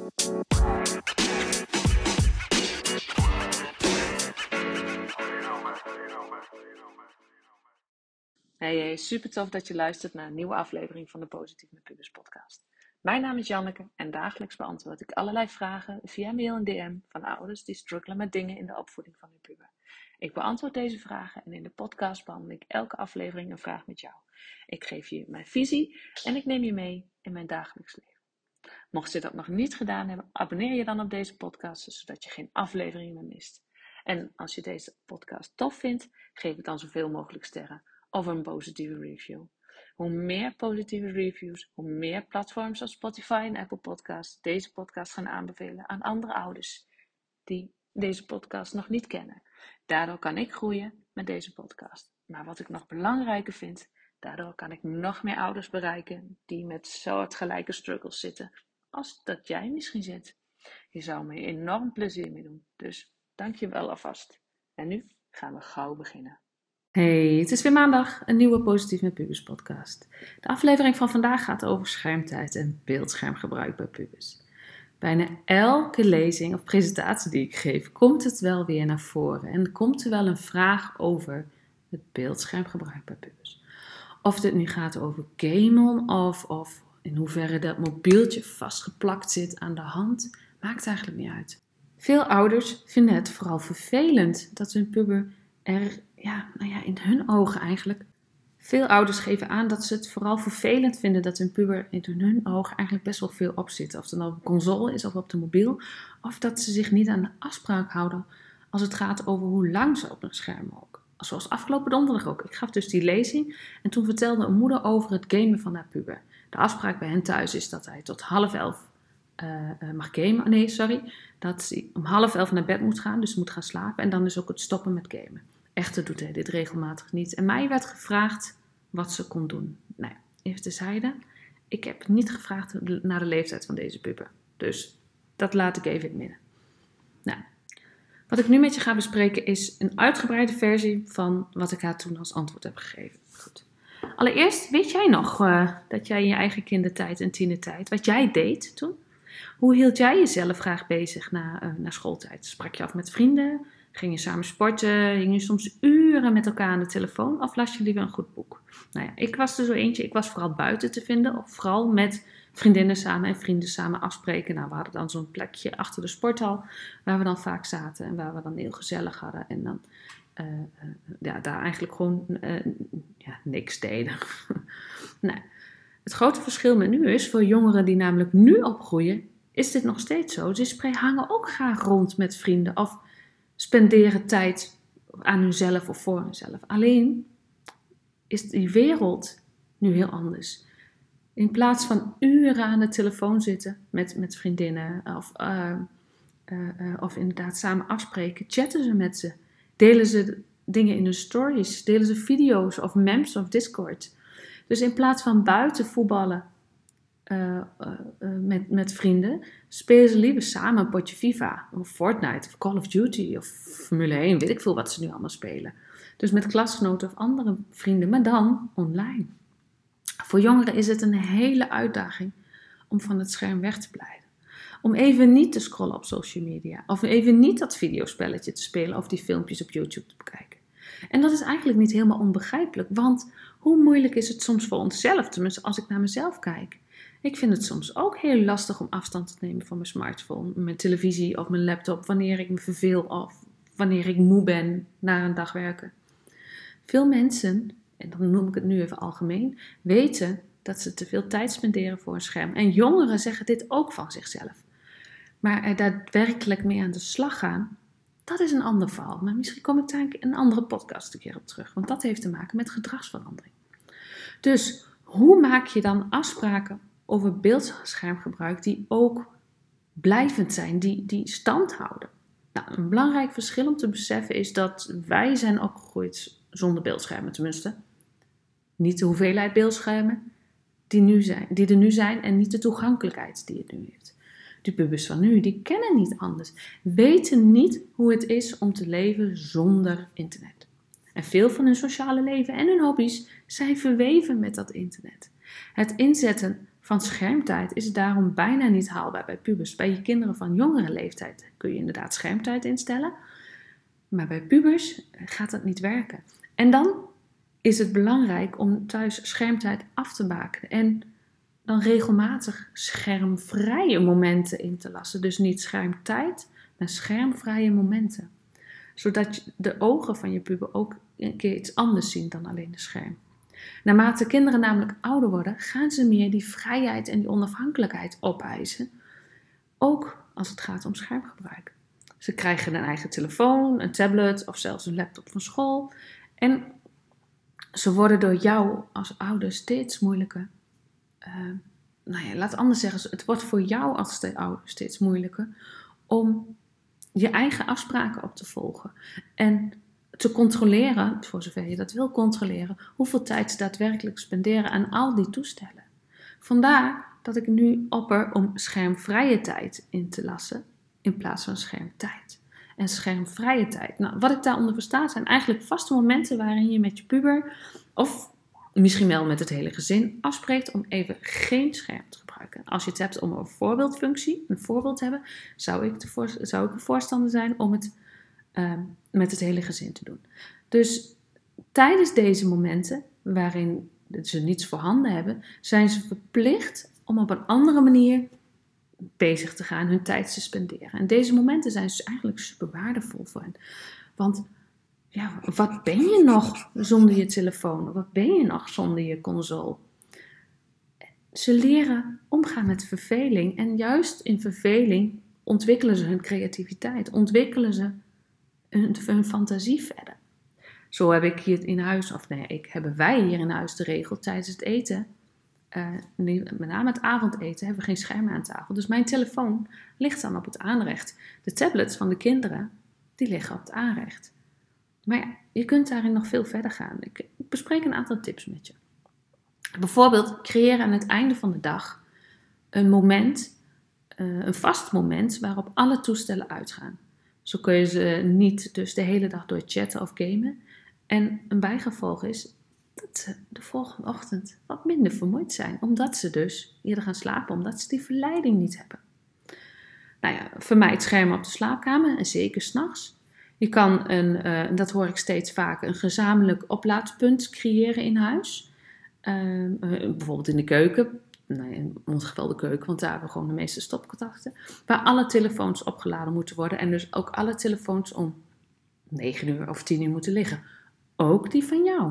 Hey, super tof dat je luistert naar een nieuwe aflevering van de Positief met Pubers podcast. Mijn naam is Janneke en dagelijks beantwoord ik allerlei vragen via mail en DM van ouders die struggelen met dingen in de opvoeding van hun puber. Ik beantwoord deze vragen en in de podcast behandel ik elke aflevering een vraag met jou. Ik geef je mijn visie en ik neem je mee in mijn dagelijks leven. Mocht je dat nog niet gedaan hebben, abonneer je dan op deze podcast, zodat je geen aflevering meer mist. En als je deze podcast tof vindt, geef het dan zoveel mogelijk sterren of een positieve review. Hoe meer positieve reviews, hoe meer platforms als Spotify en Apple Podcasts deze podcast gaan aanbevelen aan andere ouders die deze podcast nog niet kennen. Daardoor kan ik groeien met deze podcast. Maar wat ik nog belangrijker vind, daardoor kan ik nog meer ouders bereiken die met soortgelijke struggles zitten als dat jij misschien zit. Je zou me enorm plezier mee doen. Dus dank je wel alvast. En nu gaan we gauw beginnen. Hey, het is weer maandag, een nieuwe Positief met Pubers podcast. De aflevering van vandaag gaat over schermtijd en beeldschermgebruik bij pubers. Bijna elke lezing of presentatie die ik geef, komt het wel weer naar voren. En komt er wel een vraag over het beeldschermgebruik bij pubers. Of het nu gaat over gamen of in hoeverre dat mobieltje vastgeplakt zit aan de hand, maakt eigenlijk niet uit. Veel ouders vinden het vooral vervelend dat hun puber in hun ogen eigenlijk. Veel ouders geven aan dat ze het vooral vervelend vinden dat hun puber in hun ogen eigenlijk best wel veel op zit. Of het nou op de console is of op de mobiel. Of dat ze zich niet aan de afspraak houden als het gaat over hoe lang ze op een scherm ook. Zoals afgelopen donderdag ook. Ik gaf dus die lezing en toen vertelde een moeder over het gamen van haar puber. De afspraak bij hen thuis is dat hij tot 10:30 mag gamen. Dat hij om 10:30 naar bed moet gaan, dus moet gaan slapen. En dan is ook het stoppen met gamen. Echter doet hij dit regelmatig niet. En mij werd gevraagd wat ze kon doen. Nou ja, even terzijde. Ik heb niet gevraagd naar de leeftijd van deze puber. Dus dat laat ik even in het midden. Nou, wat ik nu met je ga bespreken is een uitgebreide versie van wat ik haar toen als antwoord heb gegeven. Goed. Allereerst, weet jij nog dat jij in je eigen kindertijd en tienertijd, wat jij deed toen? Hoe hield jij jezelf graag bezig na schooltijd? Sprak je af met vrienden? Ging je samen sporten? Hing je soms uren met elkaar aan de telefoon? Of las je liever een goed boek? Nou ja, ik was er zo eentje. Ik was vooral buiten te vinden. Of vooral met vriendinnen samen en vrienden samen afspreken. Nou, we hadden dan zo'n plekje achter de sporthal. Waar we dan vaak zaten. En waar we dan heel gezellig hadden. En dan daar eigenlijk gewoon niks deden. Nou, het grote verschil met nu is, voor jongeren die namelijk nu opgroeien, is dit nog steeds zo. Ze hangen ook graag rond met vrienden of spenderen tijd aan hunzelf of voor hunzelf. Alleen is die wereld nu heel anders. In plaats van uren aan de telefoon zitten met vriendinnen of inderdaad samen afspreken, chatten ze met ze. Delen ze dingen in hun stories, delen ze video's of memes of Discord. Dus in plaats van buiten voetballen met vrienden, spelen ze liever samen een potje FIFA of Fortnite of Call of Duty of Formule 1, weet ik veel wat ze nu allemaal spelen. Dus met klasgenoten of andere vrienden, maar dan online. Voor jongeren is het een hele uitdaging om van het scherm weg te blijven. Om even niet te scrollen op social media of even niet dat videospelletje te spelen of die filmpjes op YouTube te bekijken. En dat is eigenlijk niet helemaal onbegrijpelijk, want hoe moeilijk is het soms voor onszelf, tenminste als ik naar mezelf kijk. Ik vind het soms ook heel lastig om afstand te nemen van mijn smartphone, mijn televisie of mijn laptop wanneer ik me verveel of wanneer ik moe ben na een dag werken. Veel mensen, en dan noem ik het nu even algemeen, weten dat ze te veel tijd spenderen voor een scherm. En jongeren zeggen dit ook van zichzelf. Maar er daadwerkelijk mee aan de slag gaan, dat is een ander verhaal. Maar misschien kom ik daar een andere podcast een keer op terug. Want dat heeft te maken met gedragsverandering. Dus hoe maak je dan afspraken over beeldschermgebruik die ook blijvend zijn, die stand houden? Nou, een belangrijk verschil om te beseffen is dat wij zijn opgegroeid zonder beeldschermen, tenminste. Niet de hoeveelheid beeldschermen die er nu zijn en niet de toegankelijkheid die het nu heeft. De pubers van nu, die kennen niet anders, weten niet hoe het is om te leven zonder internet. En veel van hun sociale leven en hun hobby's zijn verweven met dat internet. Het inzetten van schermtijd is daarom bijna niet haalbaar bij pubers. Bij je kinderen van jongere leeftijd kun je inderdaad schermtijd instellen. Maar bij pubers gaat dat niet werken. En dan is het belangrijk om thuis schermtijd af te bakenen. En dan regelmatig schermvrije momenten in te lassen. Dus niet schermtijd, maar schermvrije momenten. Zodat de ogen van je puber ook een keer iets anders zien dan alleen een scherm. Naarmate kinderen namelijk ouder worden, gaan ze meer die vrijheid en die onafhankelijkheid opeisen. Ook als het gaat om schermgebruik. Ze krijgen een eigen telefoon, een tablet of zelfs een laptop van school. En ze worden door jou als ouder steeds moeilijker. Laat het anders zeggen. Het wordt voor jou als ouder steeds moeilijker om je eigen afspraken op te volgen. En te controleren, voor zover je dat wil controleren, hoeveel tijd ze daadwerkelijk spenderen aan al die toestellen. Vandaar dat ik nu opper om schermvrije tijd in te lassen in plaats van schermtijd. En schermvrije tijd. Nou, wat ik daaronder versta zijn eigenlijk vaste momenten waarin je met je puber of misschien wel met het hele gezin afspreekt om even geen scherm te gebruiken. Als je het hebt om een voorbeeldfunctie, een voorbeeld te hebben, zou ik een voorstander zijn om het met het hele gezin te doen. Dus tijdens deze momenten, waarin ze niets voorhanden hebben, zijn ze verplicht om op een andere manier bezig te gaan, hun tijd te spenderen. En deze momenten zijn dus eigenlijk super waardevol voor hen. Want ja, wat ben je nog zonder je telefoon? Wat ben je nog zonder je console? Ze leren omgaan met verveling. En juist in verveling ontwikkelen ze hun creativiteit. Ontwikkelen ze hun fantasie verder. Zo heb ik hier in huis, hebben wij hier in huis de regel tijdens het eten. Met name het avondeten hebben we geen schermen aan tafel. Dus mijn telefoon ligt dan op het aanrecht. De tablets van de kinderen, die liggen op het aanrecht. Maar ja, je kunt daarin nog veel verder gaan. Ik bespreek een aantal tips met je. Bijvoorbeeld, creëer aan het einde van de dag een moment, een vast moment waarop alle toestellen uitgaan. Zo kun je ze niet dus de hele dag door chatten of gamen. En een bijgevolg is dat ze de volgende ochtend wat minder vermoeid zijn. Omdat ze dus eerder gaan slapen, omdat ze die verleiding niet hebben. Nou ja, vermijd schermen op de slaapkamer en zeker 's nachts. Je kan dat hoor ik steeds vaker, een gezamenlijk oplaadpunt creëren in huis. Bijvoorbeeld in de keuken. In ons geval de keuken, want daar hebben we gewoon de meeste stopcontacten. Waar alle telefoons opgeladen moeten worden. En dus ook alle telefoons om 9 uur of 10 uur moeten liggen. Ook die van jou.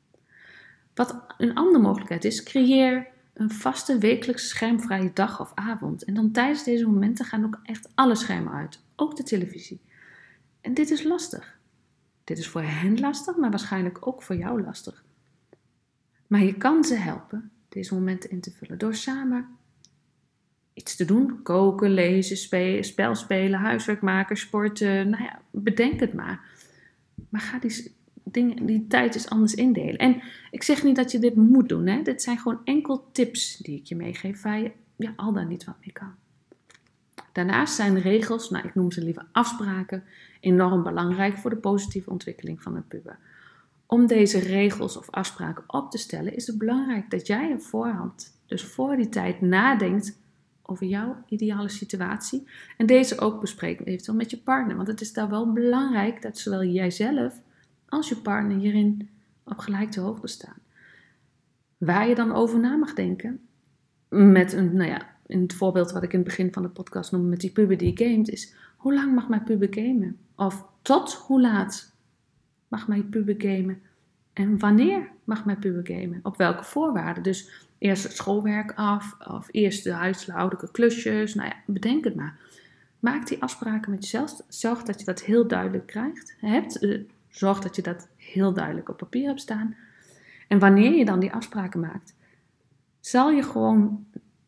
Wat een andere mogelijkheid is, creëer een vaste wekelijkse schermvrije dag of avond. En dan tijdens deze momenten gaan ook echt alle schermen uit. Ook de televisie. En dit is lastig. Dit is voor hen lastig, maar waarschijnlijk ook voor jou lastig. Maar je kan ze helpen deze momenten in te vullen door samen iets te doen. Koken, lezen, spel spelen, huiswerk maken, sporten. Nou ja, bedenk het maar. Maar ga die tijd eens anders indelen. En ik zeg niet dat je dit moet doen. Hè? Dit zijn gewoon enkel tips die ik je meegeef waar je al dan niet wat mee kan. Daarnaast zijn regels, ik noem ze liever afspraken, enorm belangrijk voor de positieve ontwikkeling van een puber. Om deze regels of afspraken op te stellen is het belangrijk dat jij op voorhand, dus voor die tijd, nadenkt over jouw ideale situatie. En deze ook bespreekt eventueel met je partner. Want het is daar wel belangrijk dat zowel jijzelf als je partner hierin op gelijke hoogte staan. Waar je dan over na mag denken, met in het voorbeeld wat ik in het begin van de podcast noemde met die puber die gamet, is hoe lang mag mijn puber gamen? Of tot hoe laat mag mijn puber gamen? En wanneer mag mijn puber gamen? Op welke voorwaarden? Dus eerst het schoolwerk af, of eerst de huishoudelijke klusjes. Bedenk het maar. Maak die afspraken met jezelf. Zorg dat je dat heel duidelijk krijgt. Zorg dat je dat heel duidelijk op papier hebt staan. En wanneer je dan die afspraken maakt, zal je gewoon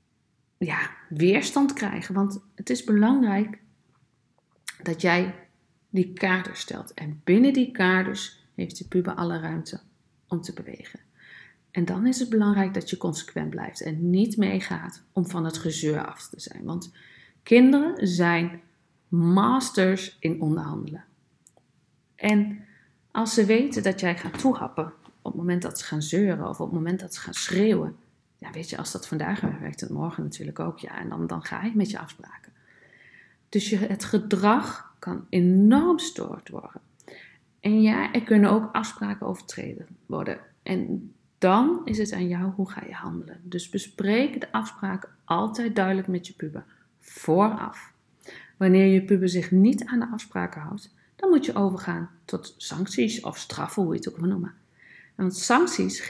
weerstand krijgen. Want het is belangrijk dat jij die kaders stelt. En binnen die kaders heeft de puber alle ruimte om te bewegen. En dan is het belangrijk dat je consequent blijft en niet meegaat om van het gezeur af te zijn. Want kinderen zijn masters in onderhandelen. En als ze weten dat jij gaat toehappen op het moment dat ze gaan zeuren of op het moment dat ze gaan schreeuwen, Ja, weet je, als dat vandaag werkt, het morgen natuurlijk ook. Ja, en dan ga je met je afspraken. Dus het gedrag kan enorm gestoord worden. En ja, er kunnen ook afspraken overtreden worden. En dan is het aan jou, hoe ga je handelen? Dus bespreek de afspraken altijd duidelijk met je puber. Vooraf. Wanneer je puber zich niet aan de afspraken houdt, dan moet je overgaan tot sancties of straffen, hoe je het ook wil noemen. Want sancties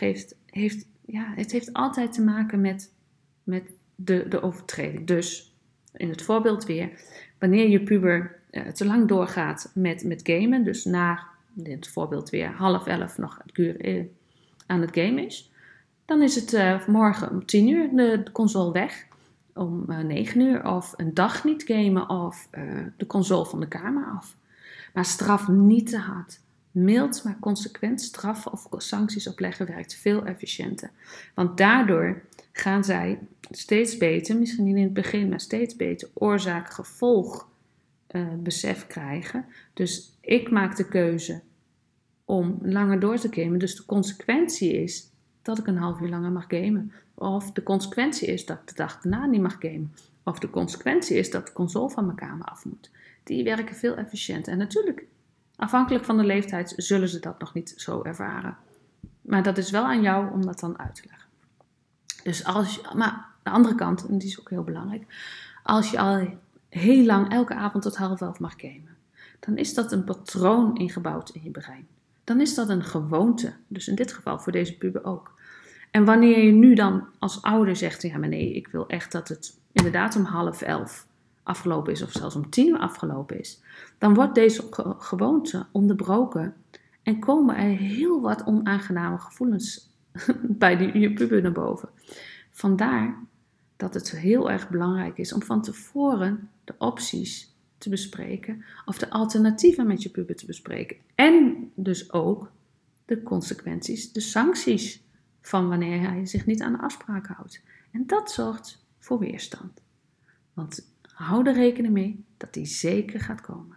heeft altijd te maken met de overtreding. Dus, in het voorbeeld weer, wanneer je puber te lang doorgaat met gamen, dus na, in het voorbeeld weer, 10:30 nog aan het gamen is, dan is het morgen om 10:00 de console weg, om 9:00 of een dag niet gamen of de console van de kamer af. Maar straf niet te hard. Mild, maar consequent straffen of sancties opleggen werkt veel efficiënter. Want daardoor gaan zij steeds beter, misschien niet in het begin, maar steeds beter oorzaak-gevolg besef krijgen. Dus ik maak de keuze om langer door te gamen. Dus de consequentie is dat ik een half uur langer mag gamen. Of de consequentie is dat ik de dag daarna niet mag gamen. Of de consequentie is dat de console van mijn kamer af moet. Die werken veel efficiënter. En natuurlijk, afhankelijk van de leeftijd zullen ze dat nog niet zo ervaren. Maar dat is wel aan jou om dat dan uit te leggen. Dus maar de andere kant, en die is ook heel belangrijk. Als je al heel lang elke avond tot 10:30 mag gamen, dan is dat een patroon ingebouwd in je brein. Dan is dat een gewoonte. Dus in dit geval voor deze puber ook. En wanneer je nu dan als ouder zegt, ja maar nee, ik wil echt dat het inderdaad om 10:30 afgelopen is of zelfs om 10:00 afgelopen is, dan wordt deze gewoonte onderbroken en komen er heel wat onaangename gevoelens bij je puber naar boven. Vandaar dat het heel erg belangrijk is om van tevoren de opties te bespreken of de alternatieven met je puber te bespreken. En dus ook de consequenties, de sancties van wanneer hij zich niet aan de afspraken houdt. En dat zorgt voor weerstand. Want hou er rekening mee dat die zeker gaat komen.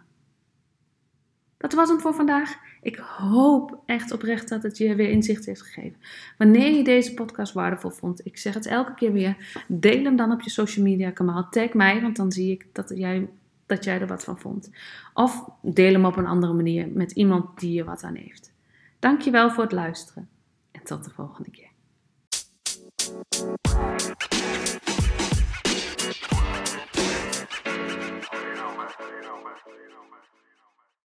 Dat was hem voor vandaag. Ik hoop echt oprecht dat het je weer inzicht heeft gegeven. Wanneer je deze podcast waardevol vond, ik zeg het elke keer weer, deel hem dan op je social media kanaal. Tag mij, want dan zie ik dat jij er wat van vond. Of deel hem op een andere manier met iemand die er wat aan heeft. Dankjewel voor het luisteren en tot de volgende keer.